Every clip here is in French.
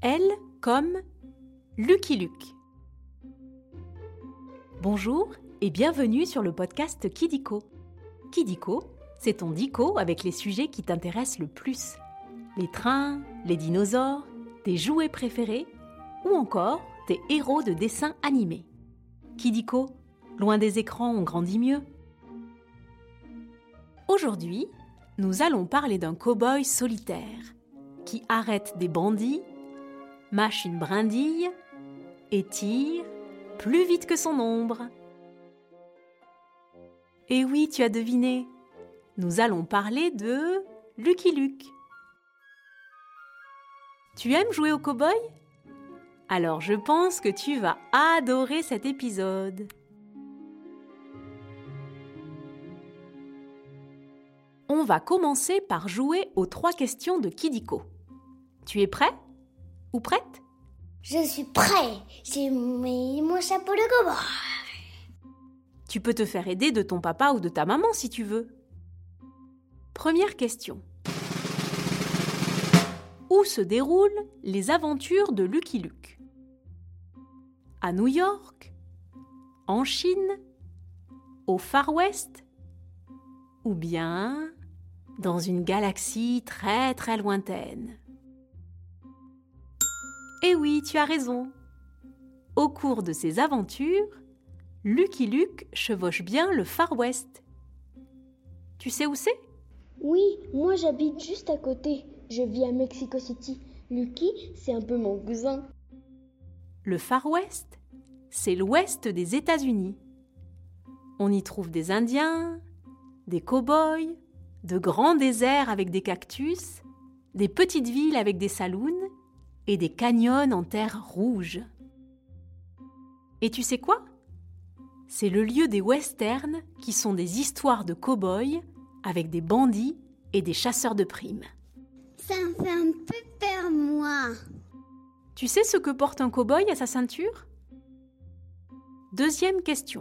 L comme Lucky Luke. Bonjour et bienvenue sur le podcast Kidiko. Kidiko, c'est ton dico avec les sujets qui t'intéressent le plus. Les trains, les dinosaures, tes jouets préférés ou encore tes héros de dessins animés. Kidiko, loin des écrans, on grandit mieux. Aujourd'hui, nous allons parler d'un cow-boy solitaire qui arrête des bandits, mâche une brindille et tire plus vite que son ombre. Et oui, tu as deviné, nous allons parler de Lucky Luke. Tu aimes jouer au cow-boy ? Alors je pense que tu vas adorer cet épisode. On va commencer par jouer aux 3 questions de Kidiko. Tu es prêt ou prête ? Je suis prêt. J'ai mis mon chapeau de cow-boy. Tu peux te faire aider de ton papa ou de ta maman si tu veux. Première question. Où se déroulent les aventures de Lucky Luke ? À New York ? En Chine ? Au Far West ? Ou bien dans une galaxie très très lointaine ? Eh oui, tu as raison. Au cours de ses aventures, Lucky Luke chevauche bien le Far West. Tu sais où c'est ? Oui, moi j'habite juste à côté. Je vis à Mexico City. Lucky, c'est un peu mon cousin. Le Far West, c'est l'ouest des États-Unis. On y trouve des Indiens, des cow-boys, de grands déserts avec des cactus, des petites villes avec des saloons et des canyons en terre rouge. Et tu sais quoi ? C'est le lieu des westerns qui sont des histoires de cow-boys avec des bandits et des chasseurs de primes. Ça me fait un peu peur, moi. Tu sais ce que porte un cow-boy à sa ceinture ? Deuxième question.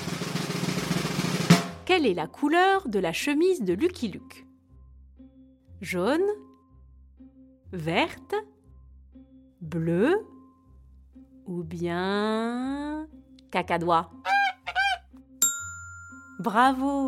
Quelle est la couleur de la chemise de Lucky Luke ? Jaune ? Verte ? Bleue ? Ou bien cacadois ? Bravo !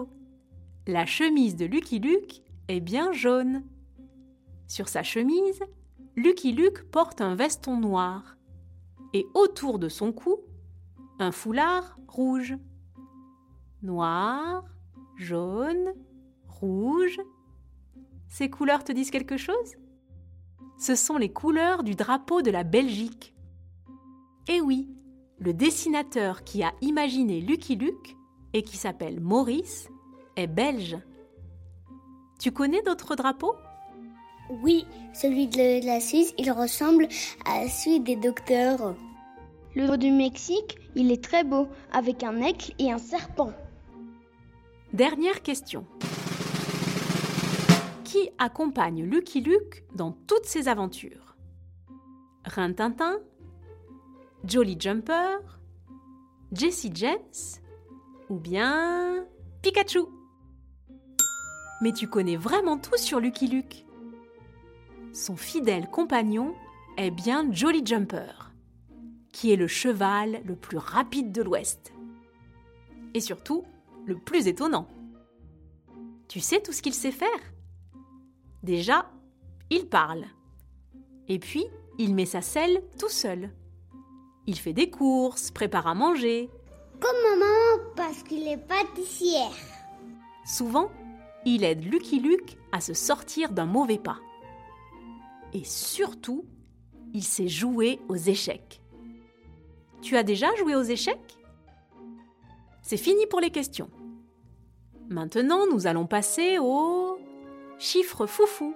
La chemise de Lucky Luke est bien jaune. Sur sa chemise, Lucky Luke porte un veston noir et autour de son cou, un foulard rouge. Noir, jaune, rouge. Ces couleurs te disent quelque chose ? Ce sont les couleurs du drapeau de la Belgique. Et oui, le dessinateur qui a imaginé Lucky Luke et qui s'appelle Maurice est belge. Tu connais d'autres drapeaux ? Oui, celui de la Suisse, il ressemble à celui des docteurs. Le drapeau du Mexique, il est très beau, avec un aigle et un serpent. Dernière question. Qui accompagne Lucky Luke dans toutes ses aventures ? Rintintin ? Jolly Jumper ? Jessie James ? Ou bien Pikachu ? Mais tu connais vraiment tout sur Lucky Luke. Son fidèle compagnon est bien Jolly Jumper, qui est le cheval le plus rapide de l'Ouest. Et surtout, le plus étonnant. Tu sais tout ce qu'il sait faire ? Déjà, il parle. Et puis, il met sa selle tout seul. Il fait des courses, prépare à manger. Comme maman, parce qu'il est pâtissier. Souvent, il aide Lucky Luke à se sortir d'un mauvais pas. Et surtout, il sait jouer aux échecs. Tu as déjà joué aux échecs ? C'est fini pour les questions. Maintenant, nous allons passer aux chiffres foufou.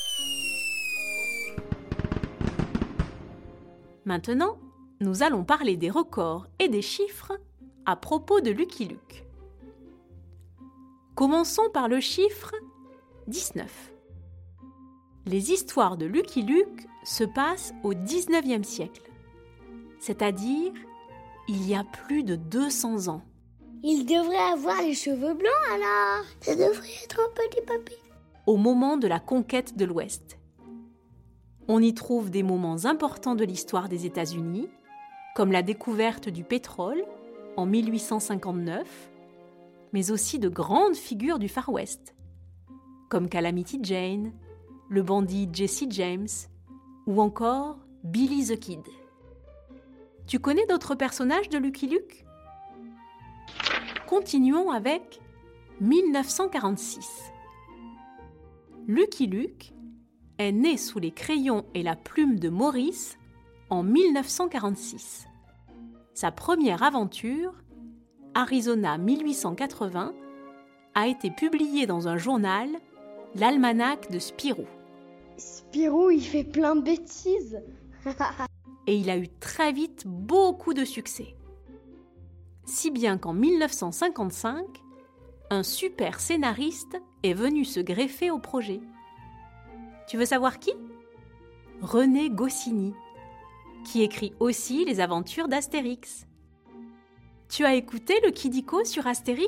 Maintenant, nous allons parler des records et des chiffres à propos de Lucky Luke. Commençons par le chiffre 19. Les histoires de Lucky Luke se passent au 19e siècle, c'est-à-dire il y a plus de 200 ans. Il devrait avoir les cheveux blancs alors. Ça devrait être un petit papy. Au moment de la conquête de l'Ouest. On y trouve des moments importants de l'histoire des États-Unis, comme la découverte du pétrole en 1859, mais aussi de grandes figures du Far West, comme Calamity Jane, le bandit Jesse James ou encore Billy the Kid. Tu connais d'autres personnages de Lucky Luke ? Continuons avec 1946. Lucky Luke est né sous les crayons et la plume de Maurice en 1946. Sa première aventure, Arizona 1880, a été publiée dans un journal, l'Almanach de Spirou. Spirou, il fait plein de bêtises. Et il a eu très vite beaucoup de succès. Si bien qu'en 1955, un super scénariste est venu se greffer au projet. Tu veux savoir qui ? René Goscinny, qui écrit aussi les aventures d'Astérix. Tu as écouté le Kidiko sur Astérix ?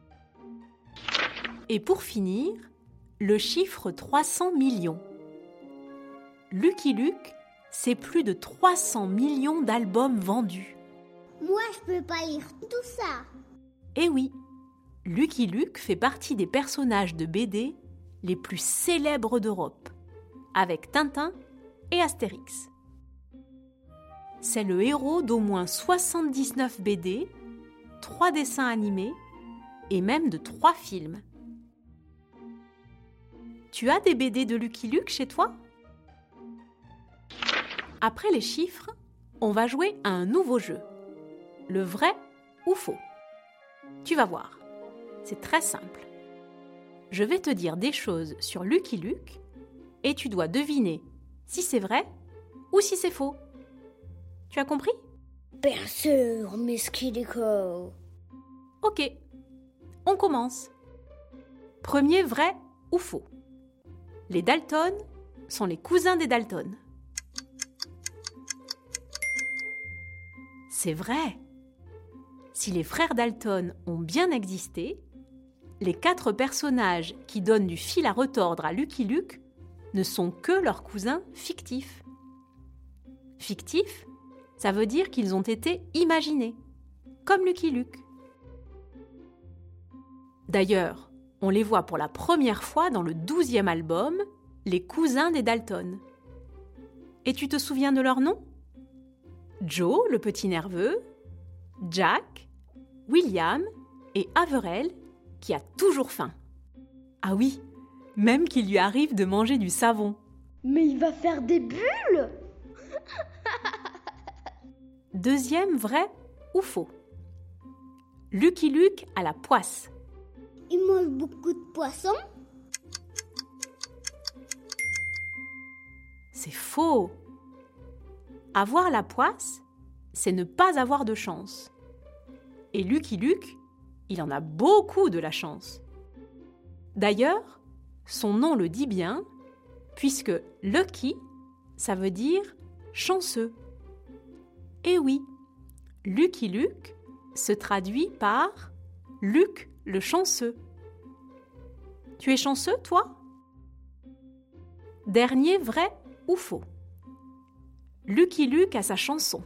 Et pour finir, le chiffre 300 millions. Lucky Luke, c'est plus de 300 millions d'albums vendus. Moi, je peux pas lire tout ça. Eh oui, Lucky Luke fait partie des personnages de BD les plus célèbres d'Europe, avec Tintin et Astérix. C'est le héros d'au moins 79 BD, 3 dessins animés et même de 3 films. Tu as des BD de Lucky Luke chez toi ? Après les chiffres, on va jouer à un nouveau jeu. Le vrai ou faux ? Tu vas voir, c'est très simple. Je vais te dire des choses sur Lucky Luke et tu dois deviner si c'est vrai ou si c'est faux. Tu as compris ? Bien sûr, Miss Kidiko. Ok, on commence. Premier vrai ou faux ? Les Dalton sont les cousins des Dalton. C'est vrai. Si les frères Dalton ont bien existé, les 4 personnages qui donnent du fil à retordre à Lucky Luke ne sont que leurs cousins fictifs. Fictifs, ça veut dire qu'ils ont été imaginés, comme Lucky Luke. D'ailleurs, on les voit pour la première fois dans le 12e album, Les cousins des Dalton. Et tu te souviens de leur nom ? Joe, le petit nerveux, Jack, William et Averell, qui a toujours faim. Ah oui, même qu'il lui arrive de manger du savon. Mais il va faire des bulles. Deuxième vrai ou faux ? Lucky Luke a la poisse. Il mange beaucoup de poissons. C'est faux. Avoir la poisse, c'est ne pas avoir de chance. Et Lucky Luke, il en a beaucoup de la chance. D'ailleurs, son nom le dit bien, puisque Lucky, ça veut dire chanceux. Et oui, Lucky Luke se traduit par Luc le chanceux. Tu es chanceux, toi ? Dernier vrai ou faux ? Lucky Luke a sa chanson.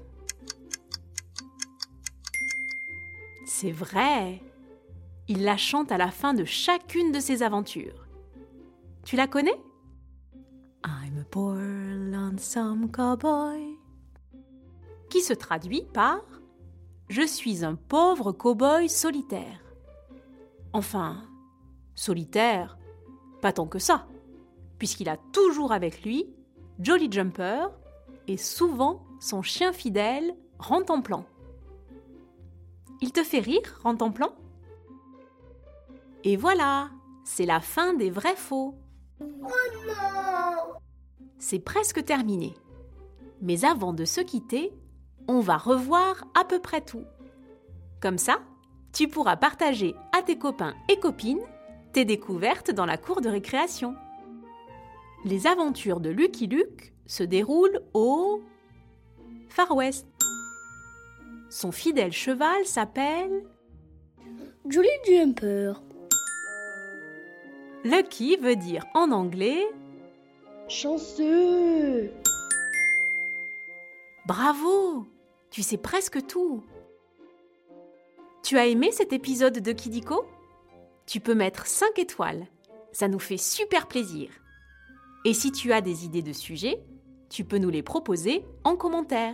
C'est vrai. Il la chante à la fin de chacune de ses aventures. Tu la connais ? I'm a poor lonesome cowboy. Qui se traduit par Je suis un pauvre cow-boy solitaire. Enfin, solitaire, pas tant que ça, puisqu'il a toujours avec lui Jolly Jumper et souvent son chien fidèle, Rantanplan. Il te fait rire, Rantanplan ? Et voilà, c'est la fin des vrais faux. Oh non! C'est presque terminé. Mais avant de se quitter, on va revoir à peu près tout. Comme ça, tu pourras partager à tes copains et copines tes découvertes dans la cour de récréation. Les aventures de Lucky Luke se déroulent au Far West. Son fidèle cheval s'appelle Jolly Jumper. Lucky veut dire en anglais Chanceux! Bravo! Tu sais presque tout. Tu as aimé cet épisode de Kidiko? Tu peux mettre 5 étoiles. Ça nous fait super plaisir. Et si tu as des idées de sujets, tu peux nous les proposer en commentaire.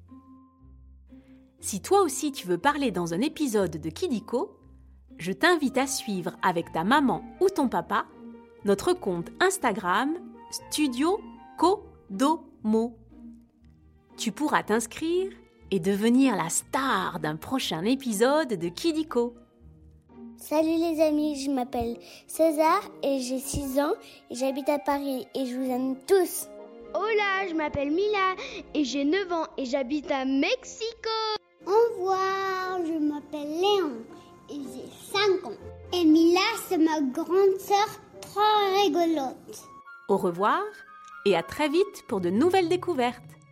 Si toi aussi tu veux parler dans un épisode de Kidiko, je t'invite à suivre avec ta maman ou ton papa notre compte Instagram Studio Kodomo. Tu pourras t'inscrire et devenir la star d'un prochain épisode de Kidiko. Salut les amis, je m'appelle César et j'ai 6 ans et j'habite à Paris et je vous aime tous. Hola, je m'appelle Mila et j'ai 9 ans et j'habite à Mexico. Au revoir, je m'appelle Léon et j'ai 5 ans. Et Mila, c'est ma grande sœur trop rigolote. Au revoir et à très vite pour de nouvelles découvertes.